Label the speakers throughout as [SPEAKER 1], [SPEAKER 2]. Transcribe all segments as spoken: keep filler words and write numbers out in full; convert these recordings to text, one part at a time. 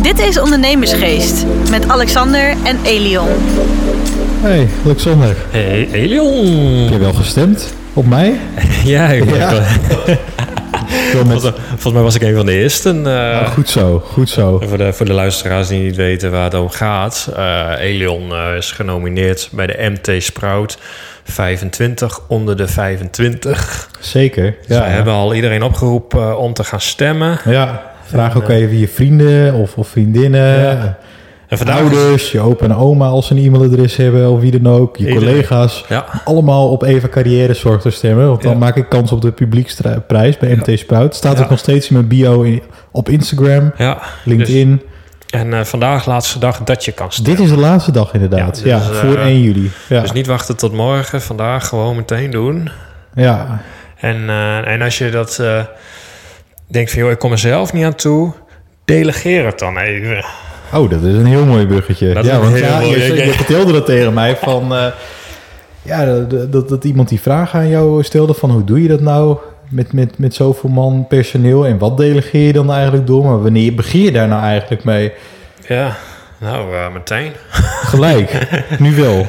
[SPEAKER 1] Dit is Ondernemersgeest met Alexander en Elion.
[SPEAKER 2] Hey, Alexander.
[SPEAKER 3] Hey, Elion.
[SPEAKER 2] Heb je wel gestemd op mij?
[SPEAKER 3] Ja, ik
[SPEAKER 2] ja.
[SPEAKER 3] met... volgens, volgens mij was ik een van de eersten. Uh,
[SPEAKER 2] oh, goed zo, goed zo.
[SPEAKER 3] Voor de, voor de luisteraars die niet weten waar het om gaat. Uh, Elion uh, is genomineerd bij de M T Sprout vijfentwintig onder de vijfentwintig.
[SPEAKER 2] Zeker.
[SPEAKER 3] Dus
[SPEAKER 2] ja,
[SPEAKER 3] we
[SPEAKER 2] ja.
[SPEAKER 3] hebben al iedereen opgeroepen uh, om te gaan stemmen.
[SPEAKER 2] Ja, vraag
[SPEAKER 3] en,
[SPEAKER 2] ook even je vrienden of, of vriendinnen.
[SPEAKER 3] Ja. En vandaag
[SPEAKER 2] ouders, je opa en oma als ze een e-mailadres hebben of wie dan ook. Je
[SPEAKER 3] iedereen.
[SPEAKER 2] collega's.
[SPEAKER 3] Ja.
[SPEAKER 2] Allemaal op Eva Carrière Zorg te stemmen. Want dan
[SPEAKER 3] Ja.
[SPEAKER 2] maak ik kans op de publieksprijs bij M T Sprout. Staat
[SPEAKER 3] Ja.
[SPEAKER 2] ook nog steeds in mijn bio in, op Instagram,
[SPEAKER 3] Ja.
[SPEAKER 2] LinkedIn.
[SPEAKER 3] Dus, en uh, vandaag laatste dag dat je kan stemmen.
[SPEAKER 2] Dit is de laatste dag inderdaad.
[SPEAKER 3] Ja,
[SPEAKER 2] Ja,
[SPEAKER 3] dus, uh,
[SPEAKER 2] voor één juli. Ja.
[SPEAKER 3] Dus niet wachten tot morgen. Vandaag gewoon meteen doen.
[SPEAKER 2] ja.
[SPEAKER 3] En, uh, en als je dat uh, denkt van, joh, ik kom er zelf niet aan toe, delegeer het dan even.
[SPEAKER 2] Oh, dat is een heel mooi bruggetje.
[SPEAKER 3] Dat is
[SPEAKER 2] ja,
[SPEAKER 3] een
[SPEAKER 2] want
[SPEAKER 3] heel
[SPEAKER 2] ja,
[SPEAKER 3] mooi,
[SPEAKER 2] je,
[SPEAKER 3] ik-
[SPEAKER 2] je vertelde dat tegen mij van... Uh, ja, dat, dat, dat iemand die vraag aan jou stelde van... hoe doe je dat nou met, met, met zoveel man personeel... en wat delegeer je dan eigenlijk door? Maar wanneer begin je daar nou eigenlijk mee?
[SPEAKER 3] Ja, nou, uh, meteen.
[SPEAKER 2] Gelijk, nu wel.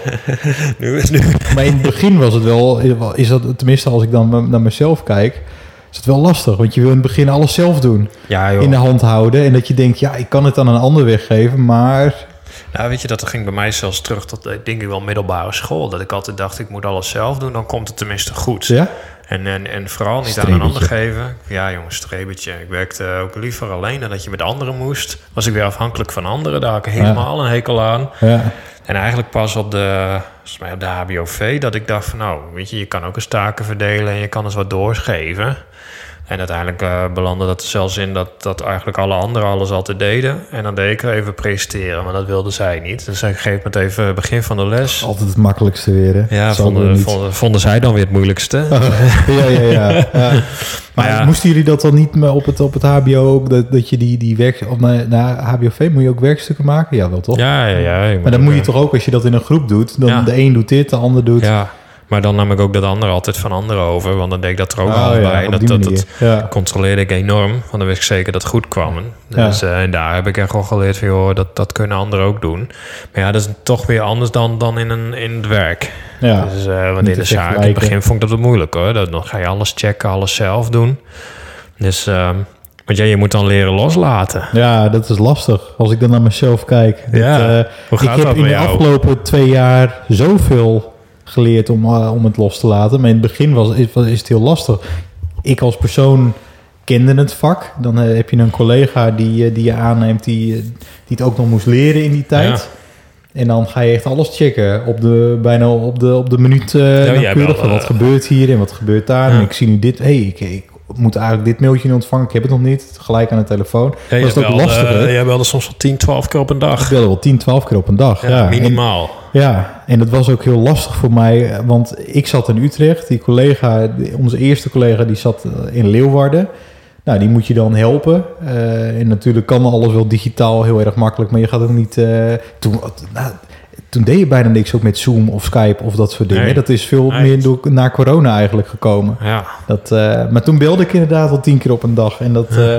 [SPEAKER 3] nu is nu.
[SPEAKER 2] Maar in het begin was het wel... is dat tenminste als ik dan naar mezelf kijk... is het wel lastig, want je wil in het begin alles zelf doen.
[SPEAKER 3] Ja, joh.
[SPEAKER 2] In de hand houden. En dat je denkt, ja, ik kan het aan een ander weggeven, maar...
[SPEAKER 3] Nou, weet je, dat ging bij mij zelfs terug tot, ik denk ik wel, middelbare school. Dat ik altijd dacht, ik moet alles zelf doen, dan komt het tenminste goed.
[SPEAKER 2] Ja?
[SPEAKER 3] En, en, en vooral niet
[SPEAKER 2] Strebertje.
[SPEAKER 3] aan een ander geven. Ja, jongens, strebertje. Ik werkte ook liever alleen dan dat je met anderen moest. Was ik weer afhankelijk van anderen. Daar had ik helemaal een hekel aan.
[SPEAKER 2] Ja.
[SPEAKER 3] En eigenlijk pas op de, volgens mij op de H B O V dat ik dacht van, nou, weet je, je kan ook eens taken verdelen en je kan eens wat doorgeven. En uiteindelijk uh, belandde dat er zelfs in dat, dat eigenlijk alle anderen alles altijd deden. En dan deed ik er even presenteren, maar dat wilde zij niet. Dus ik geef met even begin van de les.
[SPEAKER 2] Altijd het makkelijkste weer, hè?
[SPEAKER 3] Ja,
[SPEAKER 2] Zal wel
[SPEAKER 3] vonden,
[SPEAKER 2] niet.
[SPEAKER 3] vonden, vonden zij dan weer het moeilijkste.
[SPEAKER 2] ja, ja, ja. ja. Maar
[SPEAKER 3] ja.
[SPEAKER 2] moesten jullie dat dan niet meer op het, op het H B O ook, dat, dat je die, die werk... Of naar, naar H B O V moet je ook werkstukken maken? Ja, wel toch?
[SPEAKER 3] Ja, ja, ja.
[SPEAKER 2] Maar dan moet je toch ook, als je dat in een groep doet... dan
[SPEAKER 3] Ja.
[SPEAKER 2] de een doet dit, de ander doet...
[SPEAKER 3] Ja, maar dan nam ik ook dat andere altijd van anderen over. Want dan deed ik dat er ook
[SPEAKER 2] Oh,
[SPEAKER 3] al
[SPEAKER 2] ja,
[SPEAKER 3] bij.
[SPEAKER 2] op
[SPEAKER 3] Dat,
[SPEAKER 2] die
[SPEAKER 3] dat,
[SPEAKER 2] manier.
[SPEAKER 3] dat
[SPEAKER 2] Ja.
[SPEAKER 3] controleerde ik enorm. Want dan wist ik zeker dat het goed kwam.
[SPEAKER 2] Ja.
[SPEAKER 3] Dus, uh, en daar heb ik echt wel geleerd van, joh, dat, dat kunnen anderen ook doen. Maar ja, dat is toch weer anders dan, dan in, een, in het werk.
[SPEAKER 2] Ja.
[SPEAKER 3] Dus, uh, want
[SPEAKER 2] Niet
[SPEAKER 3] in
[SPEAKER 2] te
[SPEAKER 3] de zaak, in het
[SPEAKER 2] vergelijken.
[SPEAKER 3] begin vond ik dat wat moeilijk, hoor. Dan ga je alles checken, alles zelf doen. Dus, uh, want ja, je moet dan leren loslaten.
[SPEAKER 2] Ja, dat is lastig. Als ik dan naar mezelf kijk. Dat,
[SPEAKER 3] Ja,
[SPEAKER 2] uh,
[SPEAKER 3] hoe gaat
[SPEAKER 2] ik heb
[SPEAKER 3] dat
[SPEAKER 2] in
[SPEAKER 3] bij
[SPEAKER 2] de
[SPEAKER 3] jou?
[SPEAKER 2] afgelopen twee jaar zoveel geleerd om, uh, om het los te laten. Maar in het begin was, is, is het heel lastig. Ik als persoon kende het vak. Dan uh, heb je een collega die, uh, die je aanneemt... Die, uh, die het ook nog moest leren in die tijd.
[SPEAKER 3] Ja.
[SPEAKER 2] En dan ga je echt alles checken. Op de, bijna op de, op de minuut uh,
[SPEAKER 3] jij
[SPEAKER 2] nauwkeurig.
[SPEAKER 3] wel,
[SPEAKER 2] Van wat
[SPEAKER 3] uh,
[SPEAKER 2] gebeurt hier en wat gebeurt daar.
[SPEAKER 3] Ja.
[SPEAKER 2] En ik zie nu dit. Hey, ik, ik moet eigenlijk dit mailtje niet ontvangen. Ik heb het nog niet. Gelijk aan de telefoon.
[SPEAKER 3] Ja,
[SPEAKER 2] dat is ook lastig.
[SPEAKER 3] Uh,
[SPEAKER 2] hè?
[SPEAKER 3] jij belde soms wel tien, twaalf keer op een
[SPEAKER 2] Ik
[SPEAKER 3] dag.
[SPEAKER 2] belde wel tien, twaalf keer op een dag.
[SPEAKER 3] Ja,
[SPEAKER 2] Ja,
[SPEAKER 3] minimaal.
[SPEAKER 2] En, ja, en dat was ook heel lastig voor mij. Want ik zat in Utrecht. Die collega, die- onze eerste collega, die zat uh, in Leeuwarden. Nou, die moet je dan helpen. Uh, en natuurlijk kan alles wel digitaal heel erg makkelijk. Maar je gaat ook niet... Uh, toen, nou, toen deed je bijna niks ook met Zoom of Skype of dat soort dingen.
[SPEAKER 3] Nee.
[SPEAKER 2] Dat is veel
[SPEAKER 3] Nee.
[SPEAKER 2] meer door, na corona eigenlijk gekomen.
[SPEAKER 3] Ja.
[SPEAKER 2] Dat, uh, maar toen belde ik inderdaad al tien keer op een dag. En dat... Uh,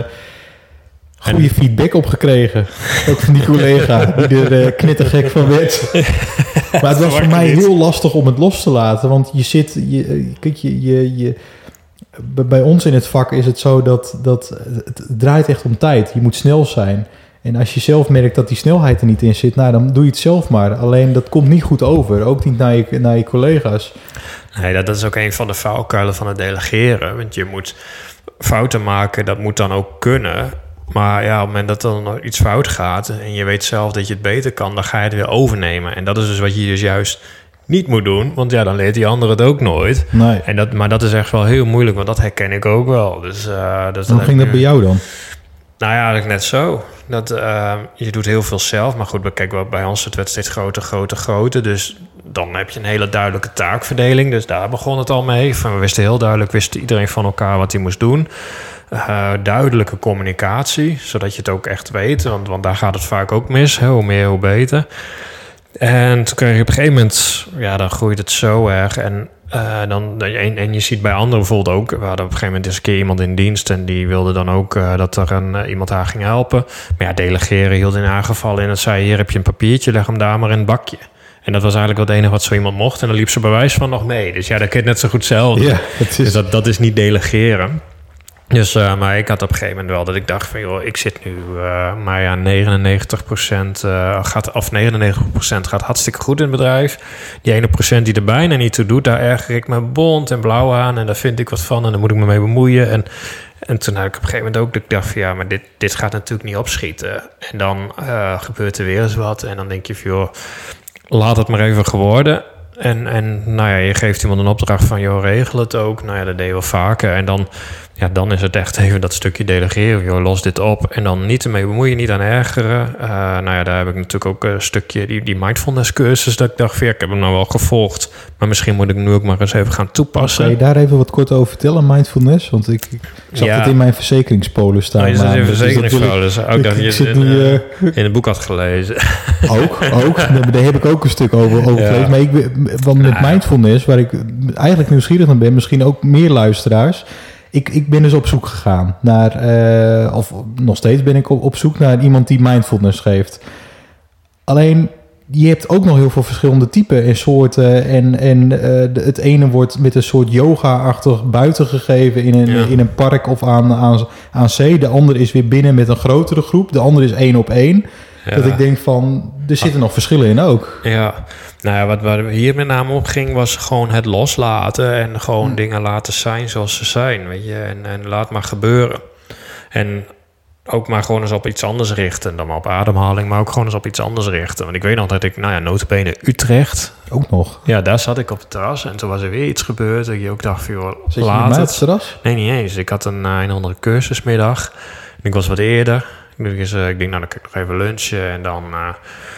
[SPEAKER 2] goede
[SPEAKER 3] En-
[SPEAKER 2] feedback opgekregen. Ook van die collega die er uh, knettergek van werd. Maar het was voor mij heel lastig om het los te laten. Want je zit... Je, kijk, je, je, je, bij ons in het vak is het zo dat, dat het draait echt om tijd. Je moet snel zijn. En als je zelf merkt dat die snelheid er niet in zit... nou, dan doe je het zelf maar. Alleen dat komt niet goed over. Ook niet naar je, naar je collega's.
[SPEAKER 3] Nee, dat, dat is ook een van de valkuilen van het delegeren. Want je moet fouten maken, dat moet dan ook kunnen. Maar ja, op het moment dat er dan iets fout gaat... en je weet zelf dat je het beter kan, dan ga je het weer overnemen. En dat is dus wat je dus juist niet moet doen. Want ja, dan leert die ander het ook nooit.
[SPEAKER 2] Nee.
[SPEAKER 3] En dat, maar dat is echt wel heel moeilijk, want dat herken ik ook wel. Dus, uh, dus
[SPEAKER 2] Hoe ging dat bij jou dan?
[SPEAKER 3] Nou ja, eigenlijk net zo. Dat, uh, je doet heel veel zelf. Maar goed, kijk, wel, bij ons het werd steeds groter, groter, groter. Dus dan heb je een hele duidelijke taakverdeling. Dus daar begon het al mee. Van, we wisten heel duidelijk, wist iedereen van elkaar wat hij moest doen. Uh, duidelijke communicatie, zodat je het ook echt weet. Want, want daar gaat het vaak ook mis. Hè? Hoe meer, hoe beter. En toen kreeg je op een gegeven moment... Ja, dan groeit het zo erg. En Uh, dan, en, en je ziet bij anderen bijvoorbeeld ook... We hadden op een gegeven moment eens een keer iemand in dienst... en die wilde dan ook uh, dat er een, uh, iemand haar ging helpen. Maar ja, delegeren hield in haar geval in. Dat zei, hier heb je een papiertje, leg hem daar maar in het bakje. En dat was eigenlijk wel het enige wat zo iemand mocht. En dan liep ze bij wijze van nog mee. Dus ja, dat kun je net zo goed zelf.
[SPEAKER 2] Ja, het is...
[SPEAKER 3] Dus dat, dat is niet delegeren. Dus, uh, maar ik had op een gegeven moment wel dat ik dacht van... joh, ik zit nu... Uh, maar ja, negenennegentig procent uh, gaat... of negenennegentig procent gaat hartstikke goed in het bedrijf. Die ene procent die er bijna niet toe doet... daar erger ik me bont en blauw aan... en daar vind ik wat van en daar moet ik me mee bemoeien. En, en toen had ik op een gegeven moment ook... dat ik dacht van ja, maar dit, dit gaat natuurlijk niet opschieten. En dan uh, gebeurt er weer eens wat... en dan denk je van joh, laat het maar even geworden... En, en nou ja, je geeft iemand een opdracht van... joh, regel het ook. Nou ja, dat deden we vaker. En dan, ja, dan is het echt even dat stukje delegeren. Joh, los dit op. En dan niet ermee bemoeien, niet aan ergeren. Uh, nou ja, daar heb ik natuurlijk ook een stukje... die, die mindfulness cursus, dat ik dacht van... ja, ik heb hem nou wel gevolgd. Maar misschien moet ik nu ook maar eens even gaan toepassen.
[SPEAKER 2] Kan je daar even wat kort over vertellen, mindfulness? Want ik, ik zag
[SPEAKER 3] ja.
[SPEAKER 2] het in mijn verzekeringspolis staan.
[SPEAKER 3] Oh, is dat in verzekeringspolis? Ook dat je
[SPEAKER 2] ik zit nu, uh,
[SPEAKER 3] in het boek had gelezen.
[SPEAKER 2] Ook, ook. Daar heb ik ook een stuk over, over
[SPEAKER 3] ja.
[SPEAKER 2] gelezen. Maar ik, want met
[SPEAKER 3] nou,
[SPEAKER 2] mindfulness, waar ik eigenlijk nieuwsgierig naar ben... misschien ook meer luisteraars... Ik, ik ben dus op zoek gegaan naar... Uh, of nog steeds ben ik op, op zoek naar iemand die mindfulness geeft. Alleen... Je hebt ook nog heel veel verschillende typen en soorten. En, en uh, de, het ene wordt met een soort yoga-achtig buiten gegeven in een, ja. in een park of aan, aan, aan zee. De andere is weer binnen met een grotere groep. De andere is één op één. Ja. Dat ik denk van, er zitten nog verschillen in ook.
[SPEAKER 3] Ja, nou ja, wat, wat hier met name om ging was gewoon het loslaten. En gewoon hm. dingen laten zijn zoals ze zijn. Weet je? En, en laat maar gebeuren. En... ook maar gewoon eens op iets anders richten. Dan maar op ademhaling, maar ook gewoon eens op iets anders richten. Want ik weet nog dat ik, nou ja, nota bene Utrecht.
[SPEAKER 2] Ook nog?
[SPEAKER 3] Ja, daar zat ik op het terras. En toen was er weer iets gebeurd. Dat je ook dacht van, joh,
[SPEAKER 2] Zit
[SPEAKER 3] laat
[SPEAKER 2] je met mij
[SPEAKER 3] het.
[SPEAKER 2] op het terras?
[SPEAKER 3] Nee, niet eens. Ik had een, een andere cursusmiddag. Ik was wat eerder. Dus, uh, ik denk, nou, dan kan ik nog even lunchen. En dan uh,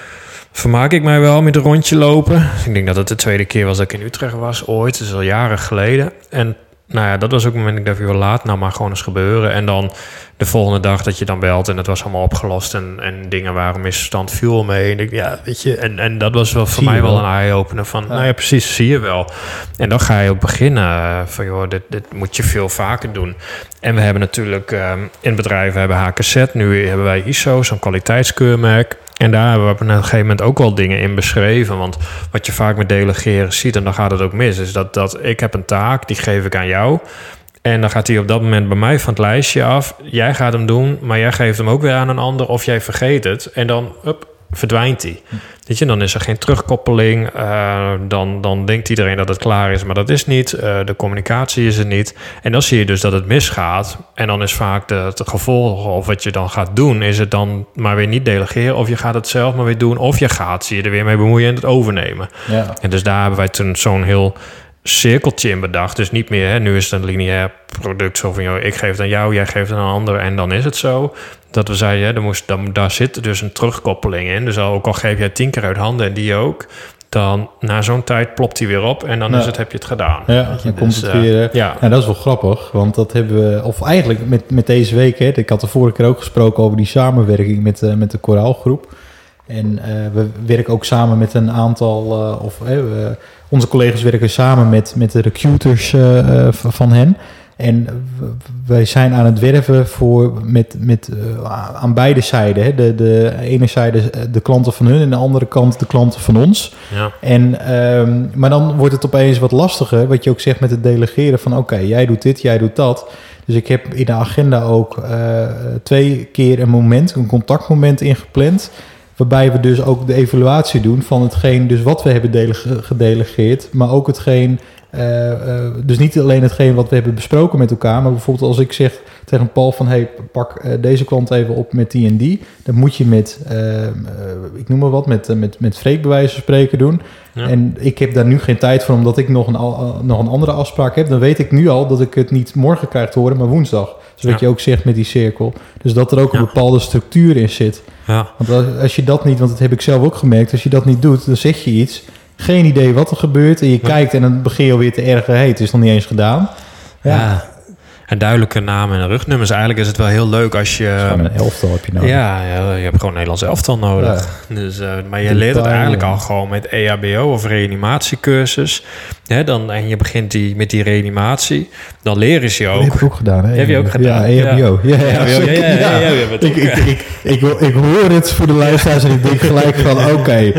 [SPEAKER 3] vermaak ik mij wel met een rondje lopen. Ik denk dat het de tweede keer was dat ik in Utrecht was ooit. Dat is al jaren geleden. En nou ja, dat was ook het moment dat ik dacht, laat nou maar gewoon eens gebeuren. En dan de volgende dag dat je dan belt en het was allemaal opgelost en, en dingen waren misverstand, viel mee. En ik, ja, weet je, en, en dat was wel voor mij wel, wel een eye-opener van, ja. nou ja, precies, zie je wel. En dan ga je ook beginnen van, joh, dit, dit moet je veel vaker doen. En we hebben natuurlijk um, in het bedrijf, we hebben H K Z, nu hebben wij I S O, zo'n kwaliteitskeurmerk. En daar hebben we op een gegeven moment ook wel dingen in beschreven. Want wat je vaak met delegeren ziet, en dan gaat het ook mis, is dat, dat ik heb een taak, die geef ik aan jou. En dan gaat hij op dat moment bij mij van het lijstje af. Jij gaat hem doen, maar jij geeft hem ook weer aan een ander of jij vergeet het. En dan up, verdwijnt hij. Hm. Weet je, dan is er geen terugkoppeling. Uh, dan, dan denkt iedereen dat het klaar is, maar dat is niet. Uh, de communicatie is er niet. En dan zie je dus dat het misgaat. En dan is vaak de, de gevolg of wat je dan gaat doen, is het dan maar weer niet delegeren. Of je gaat het zelf maar weer doen. Of je gaat zie je er weer mee bemoeien en het overnemen. Ja. En dus daar hebben wij toen zo'n heel cirkeltje in bedacht. Dus niet meer, hè, nu is het een lineair product. Zo van, joh, ik geef het aan jou, jij geeft het aan een ander en dan is het zo. Dat we zeiden, hè, er moest, dan, daar zit dus een terugkoppeling in. Dus ook al geef jij tien keer uit handen en die ook, dan na zo'n tijd plopt hij weer op en dan ja. is het, heb je het gedaan.
[SPEAKER 2] Ja, dan dus, komt het weer. Uh, ja. ja, dat is wel grappig, want dat hebben we, of eigenlijk met, met deze week, hè, ik had de vorige keer ook gesproken over die samenwerking met, uh, met de koraalgroep. En uh, we werken ook samen met een aantal, uh, of uh, we, onze collega's werken samen met, met de recruiters uh, uh, van hen. En wij zijn aan het werven voor met, met, uh, aan beide zijden. Hè. De, de ene zijde de klanten van hun en de andere kant de klanten van ons. Ja. En, um, maar dan wordt het opeens wat lastiger, wat je ook zegt met het delegeren van oké, okay, jij doet dit, jij doet dat. Dus ik heb in de agenda ook uh, twee keer een moment, een contactmoment ingepland, waarbij we dus ook de evaluatie doen van hetgeen dus wat we hebben delege- gedelegeerd, maar ook hetgeen, uh, uh, dus niet alleen hetgeen wat we hebben besproken met elkaar, maar bijvoorbeeld als ik zeg tegen Paul van, hey, pak uh, deze klant even op met die en die, dan moet je met, uh, uh, ik noem maar wat, met, uh, met, met Freek bij wijze van spreken doen. Ja. En ik heb daar nu geen tijd voor, omdat ik nog een, uh, nog een andere afspraak heb. Dan weet ik nu al dat ik het niet morgen krijg te horen, maar woensdag. Dus wat ja. je ook zegt met die cirkel. Dus dat er ook ja. een bepaalde structuur in zit. Ja. Want als je dat niet, want dat heb ik zelf ook gemerkt, als je dat niet doet, dan zeg je iets, geen idee wat er gebeurt en je ja. kijkt en dan begin je alweer te ergeren, hey, het is nog niet eens gedaan. Ja.
[SPEAKER 3] ja. een duidelijke naam en rugnummers. Eigenlijk is het wel heel leuk als je...
[SPEAKER 2] Gewoon een elftal heb je nodig.
[SPEAKER 3] Ja, ja, je hebt gewoon een Nederlands elftal nodig. Ja. Dus, uh, maar je Die leert het eigenlijk al gewoon met E H B O of reanimatiecursus. Hè, dan, en je begint die, met die reanimatie. Dan leren ze je ook. Dat
[SPEAKER 2] heb ik ook gedaan. Hè?
[SPEAKER 3] Heb je ook gedaan?
[SPEAKER 2] Ja, E H B O. Ja, ja, ja, ja, ja, ja, ja, ja. Ik, ik, ik, ik, ik hoor het voor de luisteraars en ik denk gelijk van oké. Okay,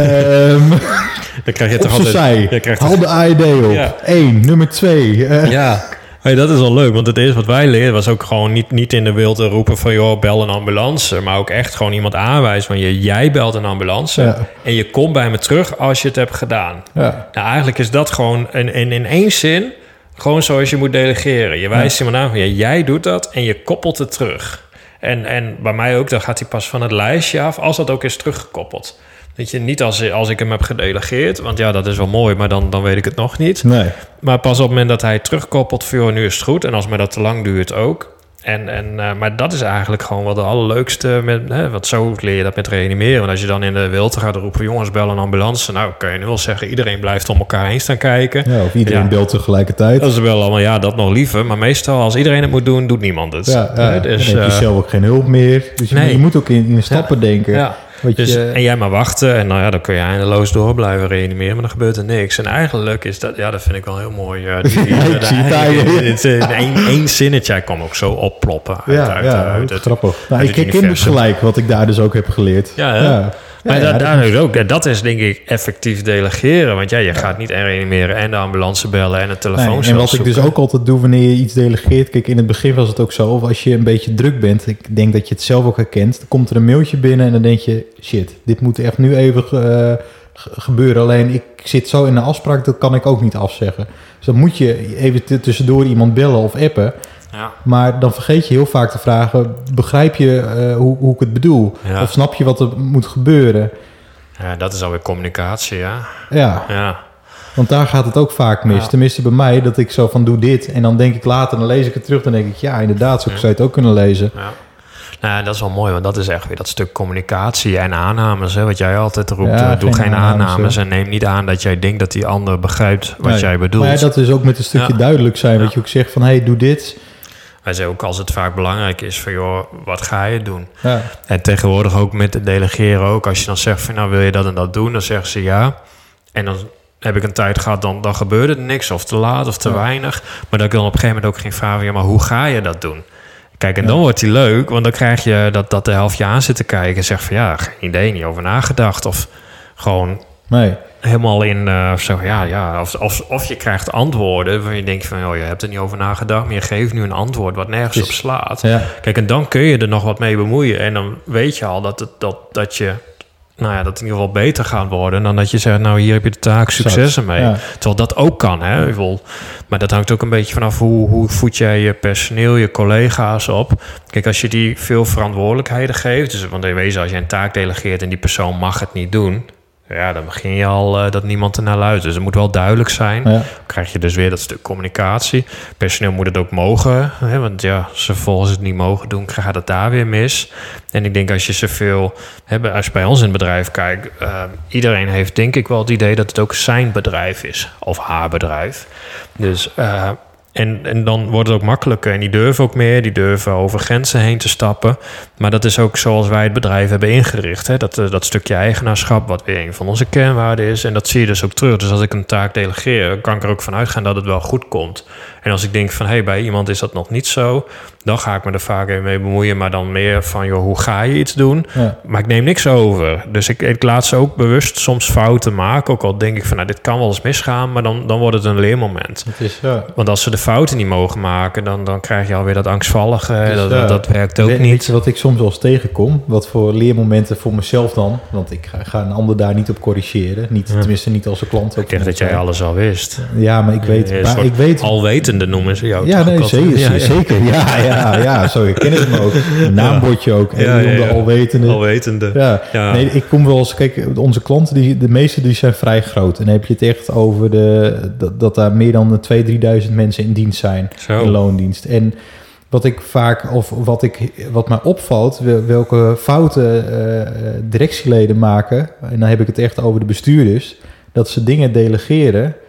[SPEAKER 2] um,
[SPEAKER 3] dan krijg je toch
[SPEAKER 2] altijd... Zij, je krijgt haal de A E D op. Ja. Eén, nummer twee. Uh,
[SPEAKER 3] ja. Hey, dat is wel leuk, want het eerste wat wij leerden was ook gewoon niet, niet in de wilde roepen van joh, bel een ambulance, maar ook echt gewoon iemand aanwijzen van je, jij belt een ambulance ja. en je komt bij me terug als je het hebt gedaan. Ja. Nou, eigenlijk is dat gewoon in, in, in één zin gewoon zoals je moet delegeren. Je wijst ja. iemand aan van ja, jij doet dat en je koppelt het terug. En, en bij mij ook, dan gaat hij pas van het lijstje af als dat ook is teruggekoppeld. Weet je, niet als, als ik hem heb gedelegeerd, want ja, dat is wel mooi, maar dan, dan weet ik het nog niet.
[SPEAKER 2] Nee.
[SPEAKER 3] Maar pas op het moment dat hij terugkoppelt van, joh, nu is het goed. En als mij dat te lang duurt ook. En, en, uh, maar dat is eigenlijk gewoon wat de allerleukste, met, hè, wat zo leer je dat met reanimeren. Want als je dan in de wilte gaat roepen, jongens, bel een ambulance. Nou, kan je nu wel zeggen, iedereen blijft om elkaar heen staan kijken.
[SPEAKER 2] Ja, of iedereen ja. belt tegelijkertijd.
[SPEAKER 3] Dat is wel allemaal, ja, dat nog liever. Maar meestal, als iedereen het moet doen, doet niemand het.
[SPEAKER 2] Ja, ja, dus, dan heb je uh, zelf ook geen hulp meer. Dus je, nee. je moet ook in, in stappen ja. denken. Ja.
[SPEAKER 3] Dus,
[SPEAKER 2] je...
[SPEAKER 3] En jij maar wachten en nou ja, dan kun je eindeloos door blijven reanimeren, maar dan gebeurt er niks. En eigenlijk is dat, ja, dat vind ik wel heel mooi. Uh, die, die,
[SPEAKER 2] ja, ik zie het
[SPEAKER 3] in één, één zinnetje, hij kwam ook zo opploppen. Uit,
[SPEAKER 2] ja,
[SPEAKER 3] uit,
[SPEAKER 2] ja,
[SPEAKER 3] uit, uit,
[SPEAKER 2] grappig. Nou, ik herken dus gelijk wat ik daar dus ook heb geleerd.
[SPEAKER 3] Ja, ja. ja. Maar ja, ja, daar dat, is ook, dat is denk ik effectief delegeren. Want ja, je gaat niet en reanimeren en de ambulance bellen en het telefoon
[SPEAKER 2] nee, En wat zoeken. ik dus ook altijd doe wanneer je iets delegeert. Kijk, in het begin was het ook zo. Of als je een beetje druk bent. Ik denk dat je het zelf ook herkent. Dan komt er een mailtje binnen en dan denk je... Shit, dit moet echt nu even uh, gebeuren. Alleen ik zit zo in een afspraak. Dat kan ik ook niet afzeggen. Dus dan moet je even tussendoor iemand bellen of appen. Ja. Maar dan vergeet je heel vaak te vragen... begrijp je uh, hoe, hoe ik het bedoel? Ja. Of snap je wat er moet gebeuren?
[SPEAKER 3] Ja, dat is alweer communicatie, ja.
[SPEAKER 2] Ja,
[SPEAKER 3] ja.
[SPEAKER 2] Want daar gaat het ook vaak mis. Ja. Tenminste bij mij, dat ik zo van doe dit... en dan denk ik later, dan lees ik het terug... dan denk ik, ja, inderdaad, zo ja. zou je het ook kunnen lezen.
[SPEAKER 3] Ja. Nou, dat is wel mooi, want dat is echt weer dat stuk communicatie en aannames. Hè, wat jij altijd roept, ja, doe geen, geen aannames, aannames en neem niet aan dat jij denkt dat die ander begrijpt wat nee. jij bedoelt.
[SPEAKER 2] Maar ja, dat is ook met een stukje ja. duidelijk zijn, ja. wat je ook zegt van, hé, hey, doe dit...
[SPEAKER 3] Wij zeggen ook als het vaak belangrijk is van, joh, wat ga je doen? Ja. En tegenwoordig ook met het delegeren ook. Als je dan zegt van, nou wil je dat en dat doen, dan zeggen ze ja. En dan heb ik een tijd gehad, dan, dan gebeurde er niks of te laat of te ja. weinig. Maar dat ik dan op een gegeven moment ook ging vragen, ja, maar hoe ga je dat doen? Kijk, en ja. dan wordt die leuk, want dan krijg je dat, dat de helft je aan zit te kijken en zegt van, ja, geen idee, niet over nagedacht. Of gewoon...
[SPEAKER 2] Nee.
[SPEAKER 3] Helemaal in, uh, zo, ja, ja. Of, of, of je krijgt antwoorden waar je denkt van, oh, je hebt er niet over nagedacht, maar je geeft nu een antwoord wat nergens dus, op slaat. Ja. Kijk, en dan kun je er nog wat mee bemoeien. En dan weet je al dat, het, dat, dat je, nou ja, dat het in ieder geval beter gaat worden dan dat je zegt, nou, hier heb je de taak, succes ermee. Ja. Terwijl dat ook kan, hè. Ik wil, maar dat hangt ook een beetje vanaf hoe, hoe voed jij je personeel, je collega's op. Kijk, als je die veel verantwoordelijkheden geeft, dus, want in wezen als je een taak delegeert en die persoon mag het niet doen, ja, dan begin je al uh, dat niemand ernaar luistert. Dus het moet wel duidelijk zijn. Ja. Dan krijg je dus weer dat stuk communicatie. Personeel moet het ook mogen. Hè, want ja, ze volgens het niet mogen doen, gaat het daar weer mis. En ik denk als je zoveel... Hè, als je bij ons in het bedrijf kijkt... Uh, iedereen heeft denk ik wel het idee dat het ook zijn bedrijf is. Of haar bedrijf. Dus... Uh, En, en dan wordt het ook makkelijker. En die durven ook meer. Die durven over grenzen heen te stappen. Maar dat is ook zoals wij het bedrijf hebben ingericht. Hè? Dat, dat stukje eigenaarschap, wat weer een van onze kernwaarden is. En dat zie je dus ook terug. Dus als ik een taak delegeer, kan ik er ook van uitgaan dat het wel goed komt. En als ik denk van, hé, hey, bij iemand is dat nog niet zo, dan ga ik me er vaak even mee bemoeien. Maar dan meer van, joh, hoe ga je iets doen? Ja. Maar ik neem niks over. Dus ik, ik laat ze ook bewust soms fouten maken. Ook al denk ik van, nou, dit kan wel eens misgaan. Maar dan, dan wordt het een leermoment.
[SPEAKER 2] Het is, ja.
[SPEAKER 3] Want als ze de fouten niet mogen maken, dan, dan krijg je alweer dat angstvallige. Dus, dat,
[SPEAKER 2] ja,
[SPEAKER 3] dat werkt ook
[SPEAKER 2] weet,
[SPEAKER 3] niet.
[SPEAKER 2] Weet je wat ik soms wel eens tegenkom? Wat voor leermomenten voor mezelf dan? Want ik ga, ga een ander daar niet op corrigeren. Niet, ja. Tenminste niet als een klant. Ook
[SPEAKER 3] ik dacht dat jij alles al wist.
[SPEAKER 2] Ja, maar ik weet... Maar ik weet
[SPEAKER 3] alwetende noemen ze jou.
[SPEAKER 2] Ja, nee, zeker. Ja, ja. zeker. Ja, ja, ja, zo, ik ken het me ook. Een naambordje ook. En ja, ja, ja. de alwetende.
[SPEAKER 3] Alwetende.
[SPEAKER 2] Ja. ja. Nee, ik kom wel eens... Kijk, onze klanten, die, de meeste die zijn vrij groot. En dan heb je het echt over de, dat, dat daar meer dan tweeduizend, drieduizend mensen in dienst zijn. Zo. In loondienst. En wat ik vaak, of wat, ik, wat mij opvalt, welke fouten uh, directieleden maken, en dan heb ik het echt over de bestuurders, dat ze dingen delegeren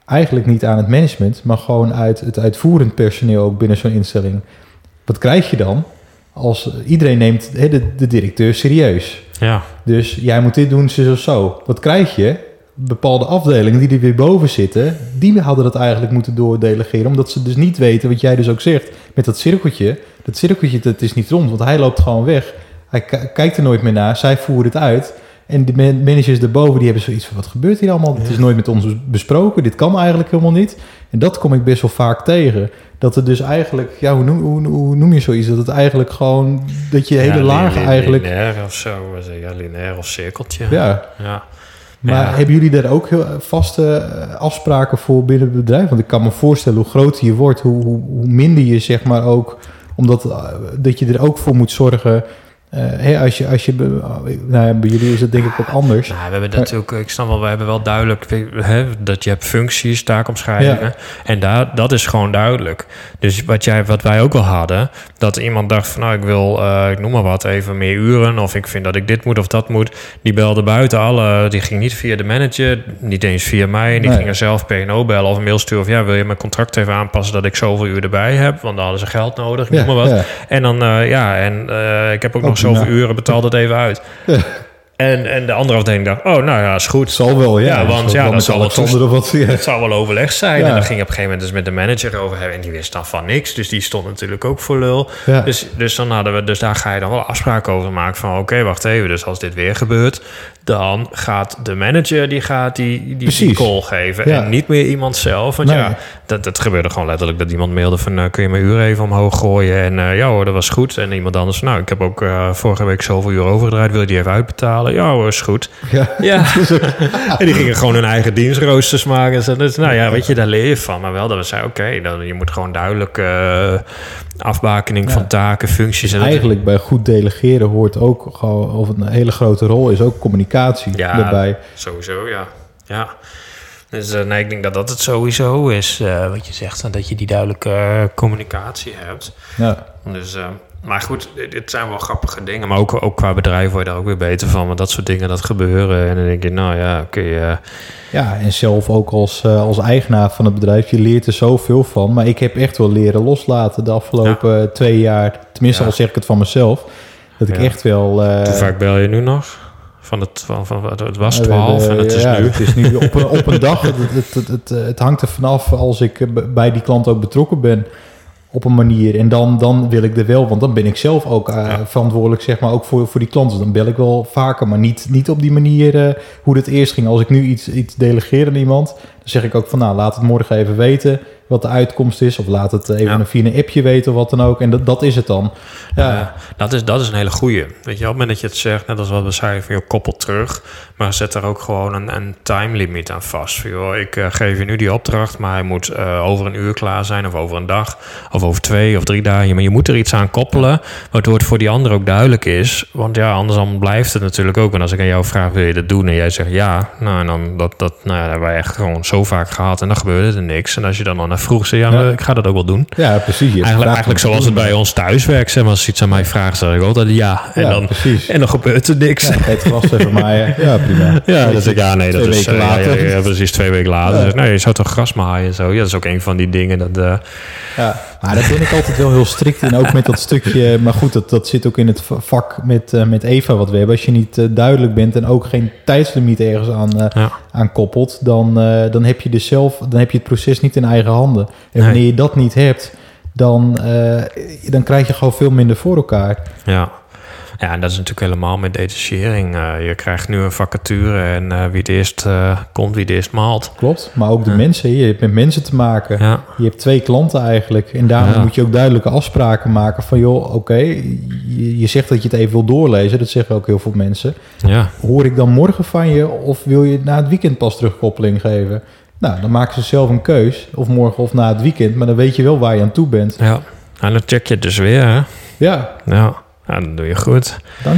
[SPEAKER 2] eigenlijk niet aan het management, maar gewoon uit het uitvoerend personeel ook binnen zo'n instelling. Wat krijg je dan? Als iedereen neemt he, de, de directeur serieus.
[SPEAKER 3] Ja.
[SPEAKER 2] Dus jij moet dit doen, zo of zo. Wat krijg je? Bepaalde afdelingen die er weer boven zitten, die hadden dat eigenlijk moeten doordelegeren, omdat ze dus niet weten, wat jij dus ook zegt, met dat cirkeltje. Dat cirkeltje, dat is niet rond, want hij loopt gewoon weg. Hij k- kijkt er nooit meer naar, zij voeren het uit. En de man- managers erboven, die hebben zoiets van, wat gebeurt hier allemaal? Het is nooit met ons besproken, dit kan eigenlijk helemaal niet. En dat kom ik best wel vaak tegen. Dat het dus eigenlijk, ja, hoe noem, hoe, hoe noem je zoiets? Dat het eigenlijk gewoon, dat je hele
[SPEAKER 3] ja,
[SPEAKER 2] lagen
[SPEAKER 3] li-
[SPEAKER 2] eigenlijk...
[SPEAKER 3] Lineair of zo, ja, lineair of cirkeltje.
[SPEAKER 2] Ja.
[SPEAKER 3] ja.
[SPEAKER 2] Maar
[SPEAKER 3] ja.
[SPEAKER 2] hebben jullie daar ook heel vaste afspraken voor binnen het bedrijf? Want ik kan me voorstellen hoe groter je wordt, hoe, hoe, hoe minder je zeg maar ook, omdat uh, dat je er ook voor moet zorgen. Uh, hey, als je, als je, nou ja, bij jullie is het denk ik ook anders.
[SPEAKER 3] Nou, we hebben maar, natuurlijk, ik snap wel, we hebben wel duidelijk hè, dat je hebt functies, taakomschrijvingen. Ja. En daar, dat is gewoon duidelijk. Dus wat, jij, wat wij ook wel hadden, dat iemand dacht van, nou, ik wil, uh, ik noem maar wat, even meer uren. Of ik vind dat ik dit moet of dat moet. Die belde buiten alle, die ging niet via de manager, niet eens via mij. En die nee. gingen zelf P en O bellen of een mail sturen. Of ja, wil je mijn contract even aanpassen dat ik zoveel uur erbij heb? Want dan hadden ze geld nodig, ik ja, noem maar wat. Ja. En dan, uh, ja, en uh, ik heb ook, ook nog zoveel uren, betaal dat even uit. Ja. En, en de andere afdeling dacht, oh, nou ja, is goed.
[SPEAKER 2] Zal wel, ja.
[SPEAKER 3] ja want ja, dat zal wel toest-
[SPEAKER 2] of wat, ja.
[SPEAKER 3] Het zou wel overlegd zijn.
[SPEAKER 2] Ja.
[SPEAKER 3] En dan ging je op een gegeven moment dus met de manager over hebben. En die wist dan van niks. Dus die stond natuurlijk ook voor lul. Ja. Dus, dus, dan hadden we, dus daar ga je dan wel afspraken over maken. Van oké, okay, wacht even. Dus als dit weer gebeurt, dan gaat de manager die gaat die, die, die call geven. Ja. En niet meer iemand zelf. Want nee. ja, dat, dat gebeurde gewoon letterlijk. Dat iemand mailde van, uh, kun je mijn uur even omhoog gooien? En uh, ja hoor, dat was goed. En iemand anders van, nou, ik heb ook uh, vorige week zoveel uur overgedraaid. Wil je die even uitbetalen? Ja hoor, is goed. Ja. ja. En die gingen gewoon hun eigen diensroosters maken. Dus nou ja, weet je, daar leer je van. Maar wel dat we zeiden, oké, okay, dan je moet gewoon duidelijk uh, afbakening ja. van taken, functies. En
[SPEAKER 2] eigenlijk dat... bij goed delegeren hoort ook gewoon, of het een hele grote rol is, ook communicatie
[SPEAKER 3] ja,
[SPEAKER 2] daarbij.
[SPEAKER 3] Sowieso, ja. Ja. Dus uh, nee, ik denk dat dat het sowieso is, uh, wat je zegt, dat je die duidelijke uh, communicatie hebt. Ja. Dus... Uh, Maar goed, dit zijn wel grappige dingen. Maar ook, ook qua bedrijf word je daar ook weer beter van. Maar dat soort dingen, dat gebeuren. En dan denk je, nou ja, oké. Okay, uh...
[SPEAKER 2] Ja, en zelf ook als, uh, als eigenaar van het bedrijf. Je leert er zoveel van. Maar ik heb echt wel leren loslaten de afgelopen ja. twee jaar. Tenminste, ja. al zeg ik het van mezelf. Dat ik ja. echt wel... Uh...
[SPEAKER 3] Hoe vaak bel je nu nog? Van het, van, van, het was twaalf en het is
[SPEAKER 2] ja,
[SPEAKER 3] nu...
[SPEAKER 2] Het is nu op een, op een dag. Het, het, het, het, het hangt er vanaf als ik bij die klant ook betrokken ben... op een manier. En dan, dan wil ik er wel, want dan ben ik zelf ook uh, ja. verantwoordelijk, zeg maar, ook voor, voor die klanten. Dan bel ik wel vaker, maar niet, niet op die manier uh, hoe het eerst ging. Als ik nu iets, iets delegeer aan iemand, dan zeg ik ook van, nou, laat het morgen even weten wat de uitkomst is. Of laat het even ja. via een appje weten of wat dan ook. En dat, dat is het dan. Ja.
[SPEAKER 3] Ja, dat, is, dat is een hele goeie. Weet je, op het moment dat je het zegt, net als wat we zeiden, van, joh, koppel terug. Maar zet daar ook gewoon een, een time limit aan vast. Van, joh, ik uh, geef je nu die opdracht, maar hij moet uh, over een uur klaar zijn. Of over een dag. Of over twee of drie dagen. Maar je moet er iets aan koppelen, waardoor het voor die ander ook duidelijk is. Want ja, anders dan blijft het natuurlijk ook. En als ik aan jou vraag, wil je dat doen? En jij zegt ja. Nou, en dan dat, dat, nou, dat hebben wij echt gewoon zo vaak gehad. En dan gebeurde er niks. En als je dan al naar vroeg zei, ja, ja. ik ga dat ook wel doen.
[SPEAKER 2] Ja, precies.
[SPEAKER 3] Eigenlijk, eigenlijk zoals doen, het bij ons thuis werkt. Zeg maar, als je iets aan mij vraagt, zeg ik altijd ja. En, ja, dan, en dan gebeurt er niks.
[SPEAKER 2] Ja, het gras even maaien. Ja, prima.
[SPEAKER 3] Ja, dat ik, ja, nee, dat is uh, ja, ja, ja, precies twee weken later. Ja. Dus, nee, je zou toch gras maaien en zo. Ja, dat is ook een van die dingen. Dat, uh,
[SPEAKER 2] ja, maar daar ben ik altijd wel heel strikt in. Ook met dat stukje. Maar goed, dat, dat zit ook in het vak met, uh, met Eva wat we hebben. Als je niet uh, duidelijk bent en ook geen tijdslimiet ergens aan, uh, ja. aan koppelt, dan, uh, dan heb je dus zelf, dan heb je het proces niet in eigen handen. En nee. wanneer je dat niet hebt, dan, uh, dan krijg je gewoon veel minder voor elkaar.
[SPEAKER 3] Ja. Ja, en dat is natuurlijk helemaal met detachering. Uh, je krijgt nu een vacature en uh, wie het eerst uh, komt, wie het eerst maalt.
[SPEAKER 2] Klopt, maar ook de ja. mensen. Je hebt met mensen te maken. Ja. Je hebt twee klanten eigenlijk. En daarom ja. moet je ook duidelijke afspraken maken van, joh, oké, okay, je, je zegt dat je het even wil doorlezen. Dat zeggen ook heel veel mensen. Ja. Hoor ik dan morgen van je of wil je na het weekend pas terugkoppeling geven? Nou, dan maken ze zelf een keus. Of morgen of na het weekend. Maar dan weet je wel waar je aan toe bent.
[SPEAKER 3] Ja, en dan check je het dus weer, hè?
[SPEAKER 2] Ja.
[SPEAKER 3] Ja. Ja, dat doe je goed.
[SPEAKER 2] Dank u.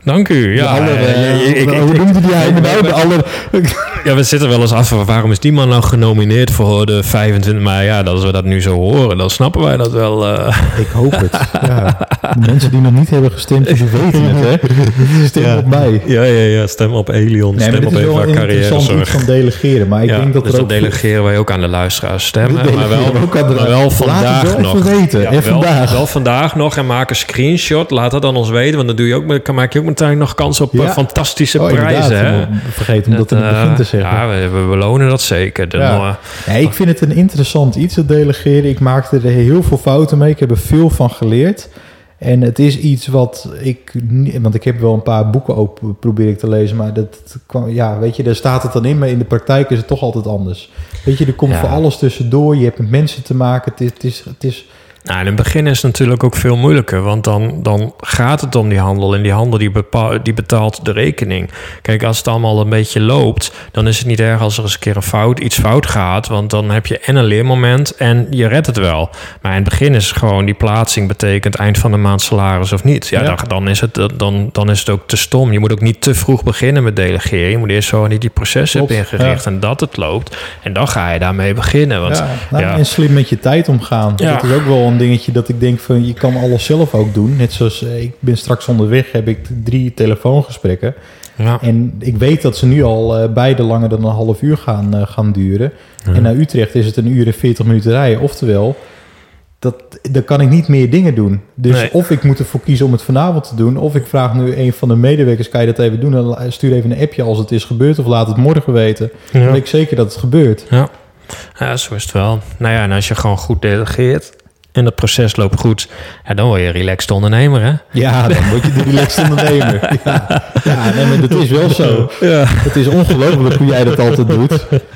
[SPEAKER 3] Dank u. Ja,
[SPEAKER 2] de aller, uh,
[SPEAKER 3] ik, ik,
[SPEAKER 2] hoe noemde die hij me nou? De aller...
[SPEAKER 3] Ja, we zitten wel eens af van waarom is die man nou genomineerd voor de vijfentwintig... Maar ja, als we dat nu zo horen, dan snappen wij dat wel. Uh...
[SPEAKER 2] Ik hoop het, ja. De mensen die nog niet hebben gestemd, die weten het, hè. Stem ja. op mij.
[SPEAKER 3] Ja, ja, ja, stem op Elion.
[SPEAKER 2] Nee,
[SPEAKER 3] stem op even haar carrière zorg.
[SPEAKER 2] Van delegeren, maar ik
[SPEAKER 3] ja,
[SPEAKER 2] denk dat
[SPEAKER 3] dus
[SPEAKER 2] er
[SPEAKER 3] dan
[SPEAKER 2] ook...
[SPEAKER 3] delegeren wij ook aan de luisteraars stemmen. Maar wel,
[SPEAKER 2] ook aan de...
[SPEAKER 3] maar wel vandaag
[SPEAKER 2] wel
[SPEAKER 3] nog.
[SPEAKER 2] Weten.
[SPEAKER 3] Ja,
[SPEAKER 2] en
[SPEAKER 3] wel,
[SPEAKER 2] vandaag.
[SPEAKER 3] wel vandaag nog en maak een screenshot. Laat dat dan ons weten, want dan doe je ook, kan, maak je ook meteen nog kans op ja. fantastische oh, prijzen. Hè?
[SPEAKER 2] Vergeet om dat, dat in het begin te zeggen.
[SPEAKER 3] Ja, we, we belonen dat zeker. De
[SPEAKER 2] ja.
[SPEAKER 3] no-
[SPEAKER 2] ja, ik vind het een interessant iets, het delegeren. Ik maakte er heel veel fouten mee. Ik heb er veel van geleerd. En het is iets wat ik... Want ik heb wel een paar boeken ook probeer ik te lezen. Maar dat kwam, ja, weet je, daar staat het dan in. Maar in de praktijk is het toch altijd anders. Weet je, er komt ja. voor alles tussendoor. Je hebt met mensen te maken. Het is... Het is, het is
[SPEAKER 3] Nou, in het begin is het natuurlijk ook veel moeilijker, want dan, dan gaat het om die handel en die handel die, bepaalt, die betaalt de rekening. Kijk, als het allemaal een beetje loopt, dan is het niet erg als er eens een keer een fout, iets fout gaat, want dan heb je en een leermoment en je redt het wel. Maar in het begin is gewoon die plaatsing betekent eind van de maand salaris of niet. Ja, ja. Dan, dan, is het, dan, dan is het ook te stom. Je moet ook niet te vroeg beginnen met delegeren. Je moet eerst zo niet die processen hebben ingericht ja. en dat het loopt. En dan ga je daarmee beginnen. Want,
[SPEAKER 2] ja, nou,
[SPEAKER 3] ja.
[SPEAKER 2] En slim met je tijd omgaan. Ja. Dat is ook wel een dingetje dat ik denk van je kan alles zelf ook doen. Net zoals uh, ik ben straks onderweg, heb ik drie telefoongesprekken. Ja. En ik weet dat ze nu al uh, beide langer dan een half uur gaan, uh, gaan duren. Ja. En naar Utrecht is het een uur en veertig minuten rijden. Oftewel, dat, dan kan ik niet meer dingen doen. Dus nee. of ik moet ervoor kiezen om het vanavond te doen, of ik vraag nu een van de medewerkers, kan je dat even doen? Dan stuur even een appje als het is gebeurd, of laat het morgen weten. Ja. Dan weet ik zeker dat het gebeurt.
[SPEAKER 3] Ja. Ja, zo is het wel. Nou ja, en als je gewoon goed delegeert en het proces loopt goed, ja, dan word je een relaxed ondernemer, hè?
[SPEAKER 2] Ja, dan word je de relaxed ondernemer. Ja, ja nee, maar dat is wel zo. Ja. Het is ongelooflijk hoe jij dat altijd doet.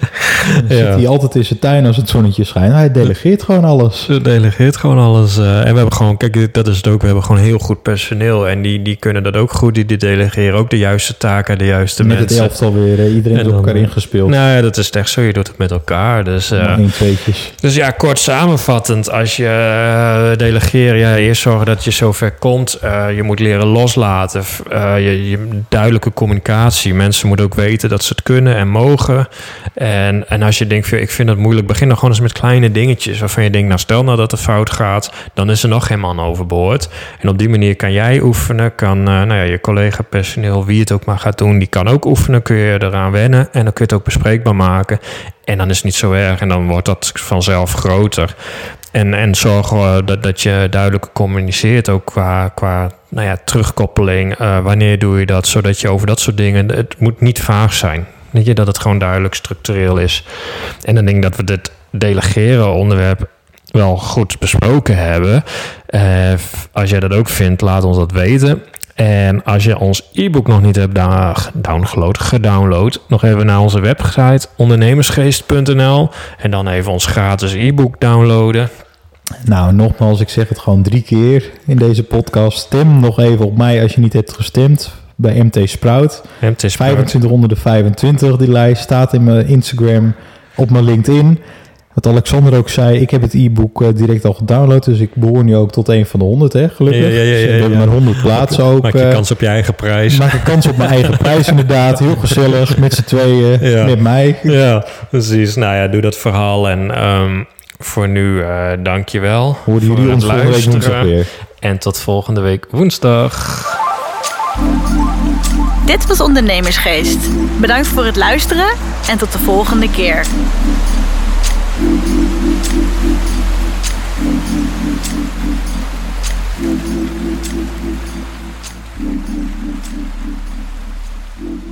[SPEAKER 2] Dan ja. zit hij altijd in zijn tuin als het zonnetje schijnt. Hij delegeert gewoon alles.
[SPEAKER 3] Hij delegeert gewoon alles. Uh, en we hebben gewoon, kijk, dat is het ook. We hebben gewoon heel goed personeel. En die, die kunnen dat ook goed. Die, die delegeren ook de juiste taken, de juiste
[SPEAKER 2] met
[SPEAKER 3] mensen.
[SPEAKER 2] Met het elftal weer. Uh, iedereen heeft elkaar ingespeeld.
[SPEAKER 3] Nou ja, dat is echt zo. Je doet het met elkaar. Dus, uh,
[SPEAKER 2] Eén, tweetjes.
[SPEAKER 3] Dus ja, kort samenvattend. Als je uh, delegeren, ja, eerst zorgen dat je zover komt. Uh, je moet leren loslaten. Uh, je, je duidelijke communicatie. Mensen moeten ook weten dat ze het kunnen en mogen. En, en als je denkt, ik vind het moeilijk, begin dan gewoon eens met kleine dingetjes waarvan je denkt, nou stel nou dat het fout gaat, dan is er nog geen man overboord. En op die manier kan jij oefenen, kan uh, nou ja, je collega personeel, wie het ook maar gaat doen, die kan ook oefenen, kun je eraan wennen en dan kun je het ook bespreekbaar maken. En dan is het niet zo erg en dan wordt dat vanzelf groter. En, en zorg uh, dat, dat je duidelijk communiceert, ook qua, qua nou ja, terugkoppeling. Uh, wanneer doe je dat, zodat je over dat soort dingen, het moet niet vaag zijn. Weet je, dat het gewoon duidelijk structureel is. En dan denk ik dat we dit delegeren onderwerp wel goed besproken hebben. Uh, als jij dat ook vindt, laat ons dat weten. En als je ons e-book nog niet hebt download, gedownload, nog even naar onze website ondernemersgeest punt n l en dan even ons gratis e-book downloaden.
[SPEAKER 2] Nou, nogmaals, ik zeg het gewoon drie keer in deze podcast. Stem nog even op mij als je niet hebt gestemd bij M T Sprout.
[SPEAKER 3] M T Sprout.
[SPEAKER 2] vijfentwintig onder de vijfentwintig, die lijst staat in mijn Instagram, op mijn LinkedIn. Wat Alexander ook zei, ik heb het e-book uh, direct al gedownload, dus ik behoor nu ook tot een van de honderd, hè, gelukkig. Ja, ja, ja, ja, ja. Dus we hebben maar honderd plaatsen ook.
[SPEAKER 3] Maak je kans op je eigen prijs.
[SPEAKER 2] Maak je kans op mijn eigen prijs, inderdaad. Heel gezellig, met z'n tweeën, ja. met mij.
[SPEAKER 3] Ja, precies. Nou ja, doe dat verhaal en um, voor nu uh, dank je wel.
[SPEAKER 2] Hoorden jullie ons volgende week woensdag weer.
[SPEAKER 3] En tot volgende week woensdag.
[SPEAKER 1] Dit was Ondernemersgeest. Bedankt voor het luisteren en tot de volgende keer. Thank you.